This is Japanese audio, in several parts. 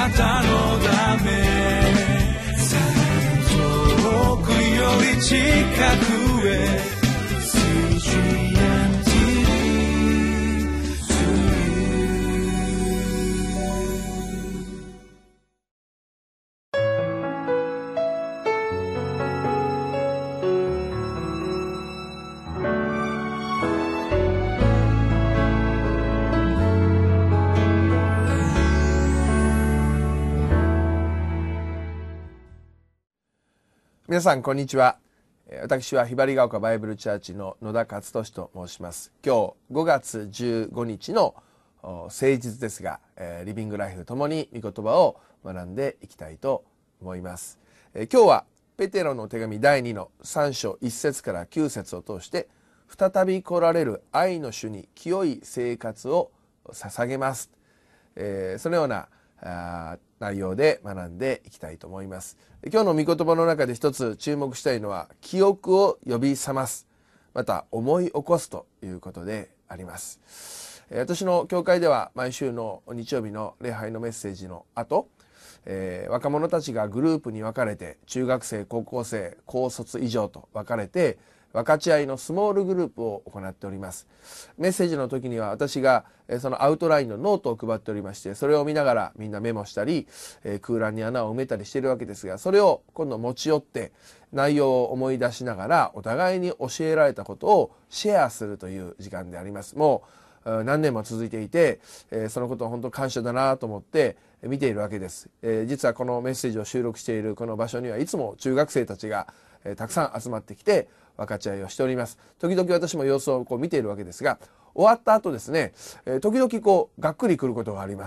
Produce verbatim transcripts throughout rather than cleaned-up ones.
なたのため遠くより近くへ皆さんこんにちは。私はひばりが丘バイブルチャーチの野田勝利と申します。今日ごがつじゅうごにちの誠実ですが、リビングライフともに御言葉を学んでいきたいと思います。今日はペテロの手紙だいにのさんしょういっせつからきゅうせつを通して再び来られる愛の主に清い生活を捧げます。えー、そのようなあ内容で学んでいきたいと思います。今日の御言葉の中で一つ注目したいのは記憶を呼び覚ます、また思い起こすということであります。私の教会では毎週の日曜日の礼拝のメッセージの後、えー、若者たちがグループに分かれて中学生、高校生、高卒以上と分かれて分かち合いのスモールグループを行っております。メッセージの時には私がそのアウトラインのノートを配っておりまして、それを見ながらみんなメモしたり空欄に穴を埋めたりしているわけですが、それを今度持ち寄って内容を思い出しながらお互いに教えられたことをシェアするという時間であります。もう何年も続いていて、そのことは本当感謝だなと思って見ているわけです。実はこのメッセージを収録しているこの場所にはいつも中学生たちがたくさん集まってきて分かち合いをしております。時々私も様子をこう見ているわけですが、終わった後ですね、時々こうがっくりくることがあります。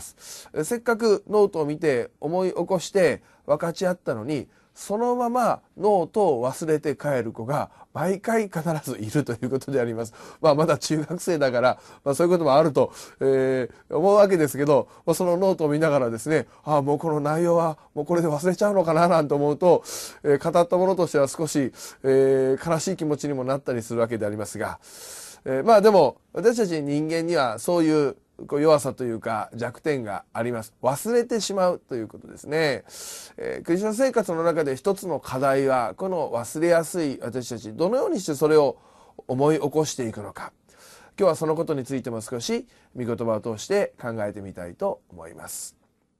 せっかくノートを見て思い起こして分かち合ったのに、そのままノートを忘れて帰る子が毎回必ずいるということであります。まあまだ中学生だから、まあ、そういうこともあると、えー、思うわけですけど、まあ、そのノートを見ながらですね、ああもうこの内容はもうこれで忘れちゃうのかななんて思うと、えー、語ったものとしては少し、えー、悲しい気持ちにもなったりするわけでありますが、えー、まあでも私たち人間にはそういうこう弱さというか弱点があります。忘れてしまうということですね。えー、クリスチャン生活の中で一つの課題は、この忘れやすい私たち、どのようにしてそれを思い起こしていくのか。今日はそのことについても少し御言葉を通して考えてみたいと思います。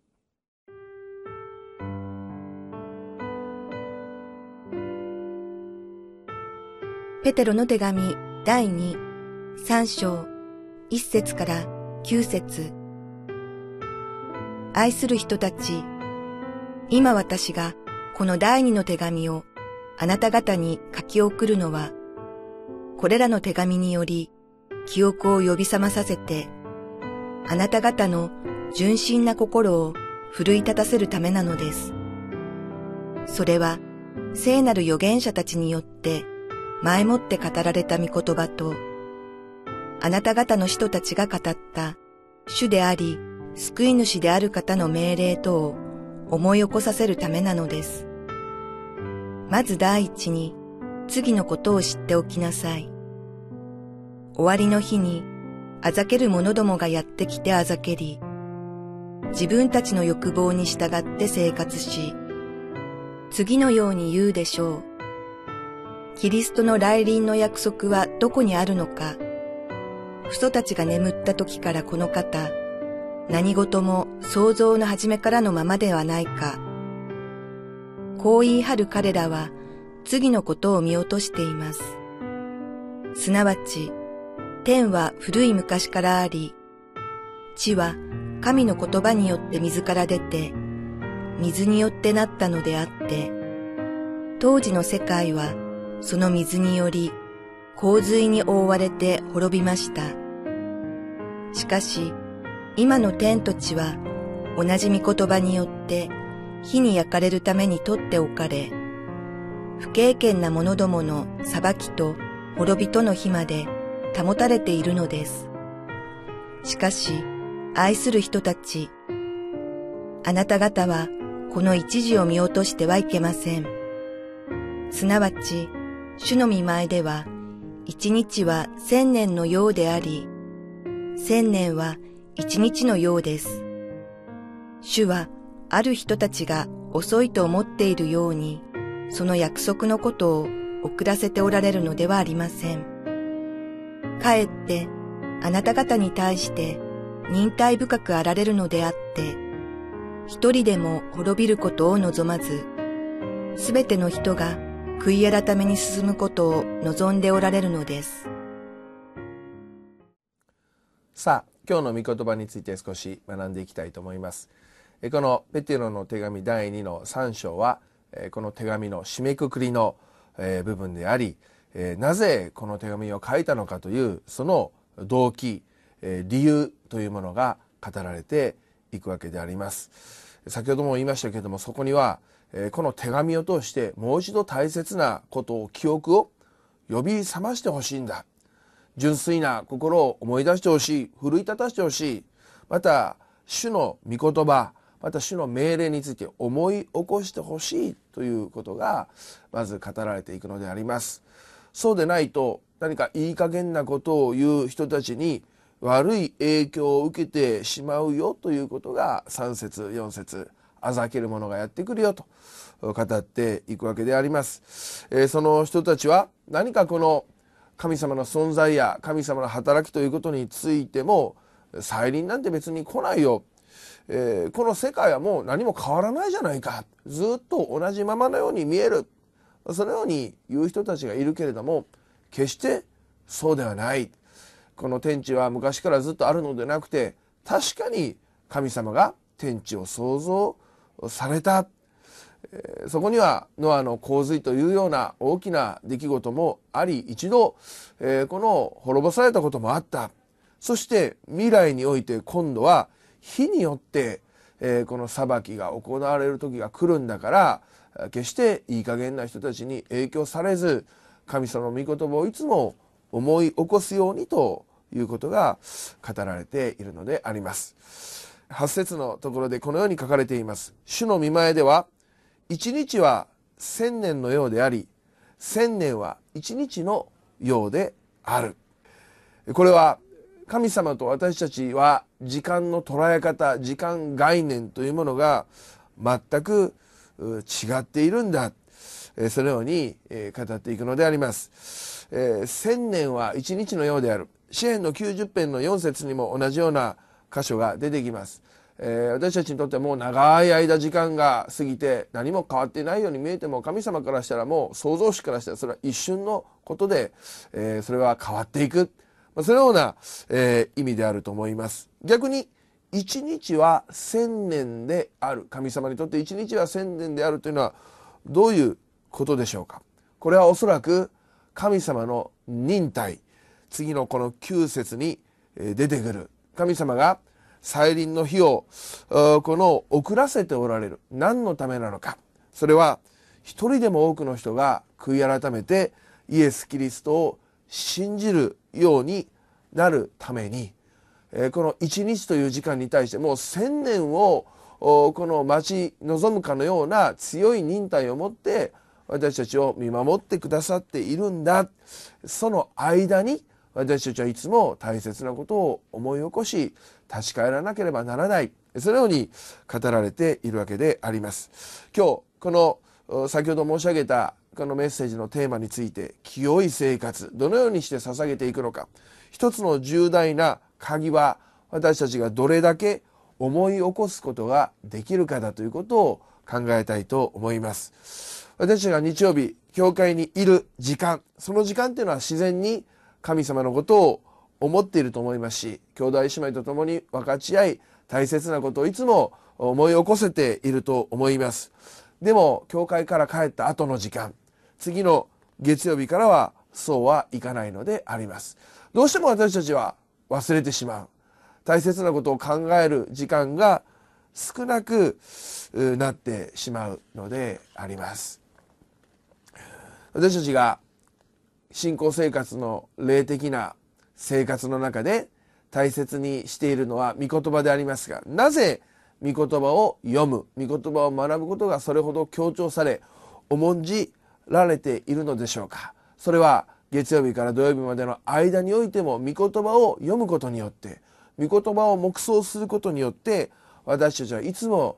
ペテロの手紙だいに、さんしょういっせつからきゅうせつ。愛する人たち、今私がこのだいにの手紙をあなた方に書き送るのは、これらの手紙により記憶を呼び覚まさせて、あなた方の純真な心を奮い立たせるためなのです。それは聖なる預言者たちによって前もって語られた御言葉と、あなた方の使徒たちが語った主であり救い主である方の命令とを思い起こさせるためなのです。まず第一に次のことを知っておきなさい。終わりの日にあざける者どもがやってきてあざけり、自分たちの欲望に従って生活し、次のように言うでしょう。キリストの来臨の約束はどこにあるのか。父祖たちが眠った時からこの方、何事も創造の初めからのままではないか。こう言い張る彼らは次のことを見落としています。すなわち、天は古い昔からあり、地は神の言葉によって水から出て、水によってなったのであって、当時の世界はその水により洪水に覆われて滅びました。しかし、今の天と地は同じ御言葉によって火に焼かれるために取っておかれ、不経験な者どもの裁きと滅びとの日まで保たれているのです。しかし、愛する人たち、あなた方はこの一時を見落としてはいけません。すなわち、主の御前では、一日は千年のようであり、千年は一日のようです。主はある人たちが遅いと思っているように、その約束のことを遅らせておられるのではありません。かえってあなた方に対して忍耐深くあられるのであって、一人でも滅びることを望まず、すべての人が悔い改めに進むことを望んでおられるのです。 さあ、今日の御言葉について少し学んでいきたいと思います。このペテロの手紙だいにのさん章は、この手紙の締めくくりの部分であり、なぜこの手紙を書いたのかというその動機、理由というものが語られていくわけであります。先ほども言いましたけれども、そこにはこの手紙を通してもう一度大切なことを、記憶を呼び覚ましてほしいんだ。純粋な心を思い出してほしい、奮い立たせてほしい。また主の御言葉、また主の命令について思い起こしてほしいということがまず語られていくのであります。そうでないと、何かいい加減なことを言う人たちに悪い影響を受けてしまうよということがさん節よん節、あざける者がやってくるよと語っていくわけであります。えー、その人たちは何かこの神様の存在や神様の働きということについても、再臨なんて別に来ないよ、えー、この世界はもう何も変わらないじゃないか、ずっと同じままのように見える、そのように言う人たちがいるけれども、決してそうではない。この天地は昔からずっとあるのでなくて、確かに神様が天地を創造された。えー、そこにはノアの洪水というような大きな出来事もあり、一度、えー、この滅ぼされたこともあった。そして未来において今度は火によって、えー、この裁きが行われる時が来るんだから、決していい加減な人たちに影響されず、神様の御言葉をいつも思い起こすようにということが語られているのであります。はち節のところでこのように書かれています。主の御前では一日は千年のようであり、千年は一日のようである。これは神様と私たちは時間の捉え方、時間概念というものが全く違っているんだ。そのように語っていくのであります。千年は一日のようである。詩編のきゅうじゅう編のよん節にも同じような箇所が出てきます。私たちにとってもう長い間時間が過ぎて何も変わっていないように見えても、神様からしたら、もう創造主からしたらそれは一瞬のことで、それは変わっていく、そのような意味であると思います。逆に一日は千年である、神様にとって一日は千年であるというのはどういうことでしょうか。これはおそらく神様の忍耐、次のこのきゅう節に出てくる神様が再臨の日をこの遅らせておられる。何のためなのか。それは一人でも多くの人が悔い改めてイエス・キリストを信じるようになるために、この一日という時間に対してもう千年をこの待ち望むかのような強い忍耐を持って私たちを見守ってくださっているんだ。その間に私たちはいつも大切なことを思い起こし立ち返らなければならない、そのように語られているわけであります。今日この先ほど申し上げたこのメッセージのテーマについて、清い生活、どのようにして捧げていくのか、一つの重大な鍵は私たちがどれだけ思い起こすことができるかだということを考えたいと思います。私たちが日曜日教会にいる時間、その時間っていうのは自然に神様のことを思っていると思いますし、兄弟姉妹と共に分かち合い大切なことをいつも思い起こせていると思います。でも教会から帰った後の時間、次の月曜日からはそうはいかないのであります。どうしても私たちは忘れてしまう、大切なことを考える時間が少なくなってしまうのであります。私たちが信仰生活の霊的な生活の中で大切にしているのは御言葉でありますが、なぜ御言葉を読む、御言葉を学ぶことがそれほど強調され重んじられているのでしょうか。それは月曜日から土曜日までの間においても御言葉を読むことによって、御言葉を黙想することによって、私たちはいつも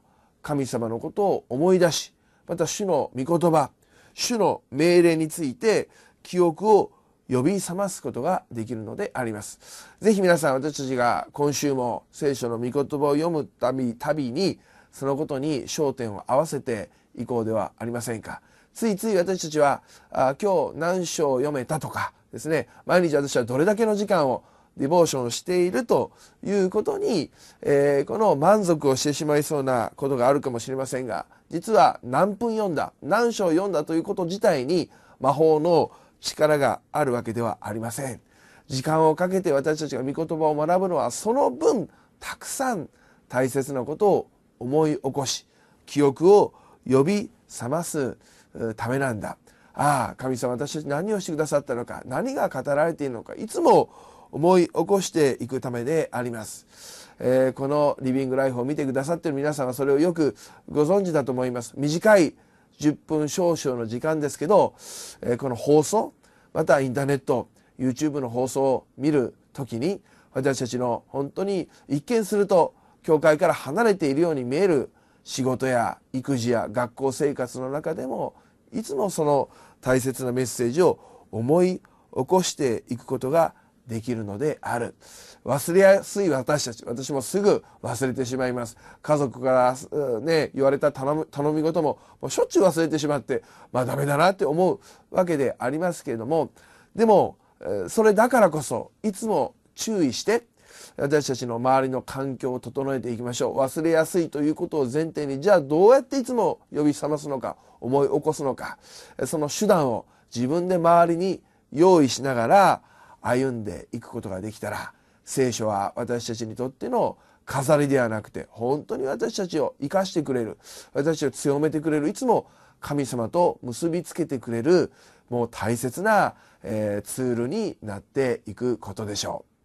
神様のことを思い出し、また主の御言葉、主の命令について記憶を呼び覚ますことができるのであります。ぜひ皆さん、私たちが今週も聖書の御言葉を読むたびたびにそのことに焦点を合わせていこうではありませんか。ついつい私たちはあ今日何章読めたとかですね、毎日私はどれだけの時間をディボーションしているということに、えー、この満足をしてしまいそうなことがあるかもしれませんが、実は何分読んだ、何章読んだということ自体に魔法の力があるわけではありません。時間をかけて私たちが御言葉を学ぶのは、その分たくさん大切なことを思い起こし、記憶を呼び覚ますためなんだ。ああ、神様、私たち何をしてくださったのか、何が語られているのか、いつも思い起こしていくためであります。えー、このリビングライフを見てくださっている皆さんはそれをよくご存知だと思います。短いじゅっぷん少々の時間ですけど、えー、この放送、またインターネット、YouTube の放送を見るときに、私たちの本当に一見すると教会から離れているように見える仕事や育児や学校生活の中でも、いつもその大切なメッセージを思い起こしていくことができるのである。忘れやすい私たち、私もすぐ忘れてしまいます。家族からね、言われた頼み、頼み事ももうしょっちゅう忘れてしまって、まあダメだなって思うわけでありますけれども、でもそれだからこそいつも注意して私たちの周りの環境を整えていきましょう。忘れやすいということを前提に、じゃあどうやっていつも呼び覚ますのか、思い起こすのか、その手段を自分で周りに用意しながら歩んでいくことができたら、聖書は私たちにとっての飾りではなくて、本当に私たちを生かしてくれる、私たちを強めてくれる、いつも神様と結びつけてくれる、もう大切な、えー、ツールになっていくことでしょう。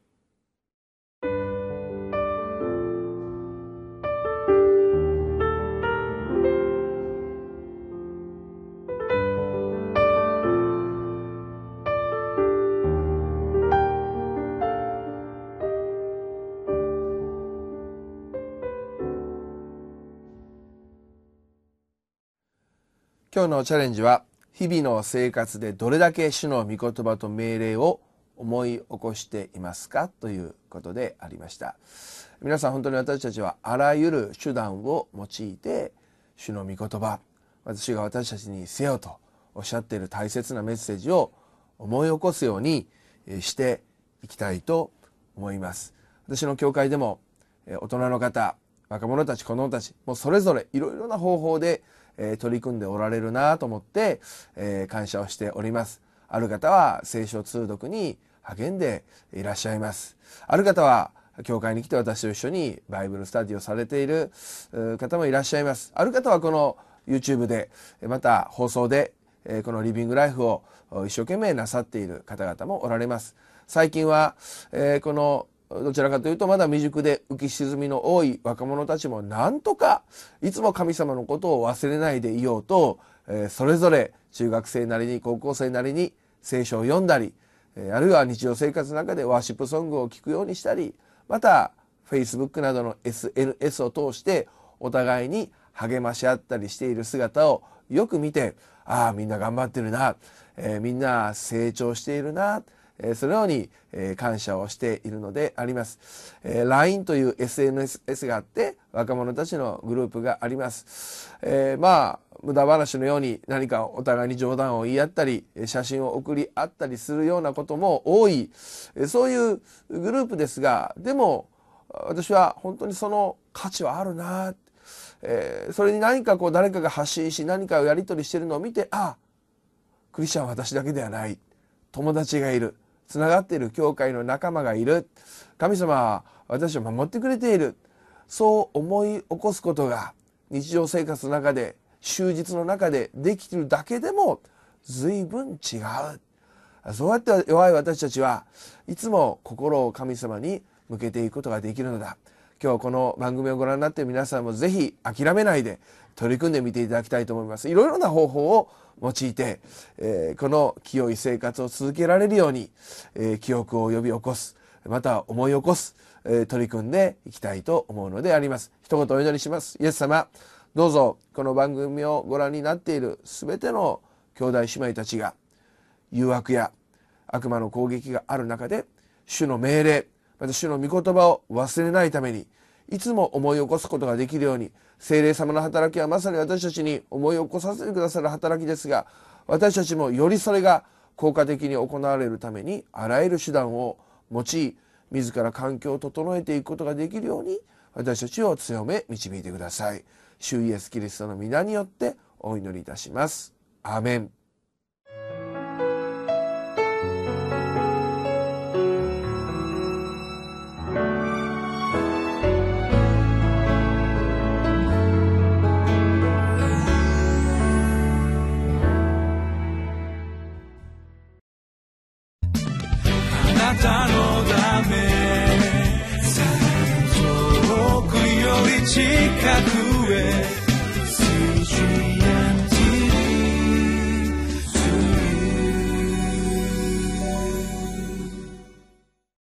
今日のチャレンジは、日々の生活でどれだけ主の御言葉と命令を思い起こしていますかということでありました。皆さん、本当に私たちはあらゆる手段を用いて主の御言葉、私が私たちにせよとおっしゃっている大切なメッセージを思い起こすようにしていきたいと思います。私の教会でも大人の方、若者たち、子供たち、もうそれぞれいろいろな方法で取り組んでおられるなと思って感謝をしております。ある方は聖書通読に励んでいらっしゃいます。ある方は教会に来て私と一緒にバイブルスタディをされている方もいらっしゃいます。ある方はこの YouTube で、また放送でこのリビングライフを一生懸命なさっている方々もおられます。最近はこのどちらかというとまだ未熟で浮き沈みの多い若者たちもなんとかいつも神様のことを忘れないでいようと、それぞれ中学生なりに高校生なりに聖書を読んだり、あるいは日常生活の中でワーシップソングを聴くようにしたり、また Facebook などの エスエヌエス を通してお互いに励まし合ったりしている姿をよく見て、ああみんな頑張ってるな、えー、みんな成長しているな、そのように感謝をしているのであります。ライン という エスエヌエス があって若者たちのグループがあります。えー、まあ無駄話のように何かお互いに冗談を言い合ったり写真を送り合ったりするようなことも多い、そういうグループですが、でも私は本当にその価値はあるな、えー、それに何かこう誰かが発信し何かをやり取りしているのを見て、ああクリスチャンは私だけではない、友達がいる、つながっている教会の仲間がいる、神様は私を守ってくれている、そう思い起こすことが日常生活の中で終日の中でできているだけでも随分違う。そうやって弱い私たちはいつも心を神様に向けていくことができるのだ。今日この番組をご覧になっている皆さんもぜひ諦めないで取り組んでみていただきたいと思います。いろいろな方法を用いて、えー、この清い生活を続けられるように、えー、記憶を呼び起こす、また思い起こす、えー、取り組んでいきたいと思うのであります。一言お祈りします。イエス様、 どうぞこの番組をご覧になっているすべての兄弟姉妹たちが、誘惑や悪魔の攻撃がある中で、主の命令、また主の御言葉を忘れないために、いつも思い起こすことができるように、聖霊様の働きはまさに私たちに思い起こさせてくださる働きですが、私たちもよりそれが効果的に行われるために、あらゆる手段を用い、自ら環境を整えていくことができるように、私たちを強め導いてください。主イエスキリストの皆によってお祈りいたします。アーメン。 あなたのため遠くより近くへ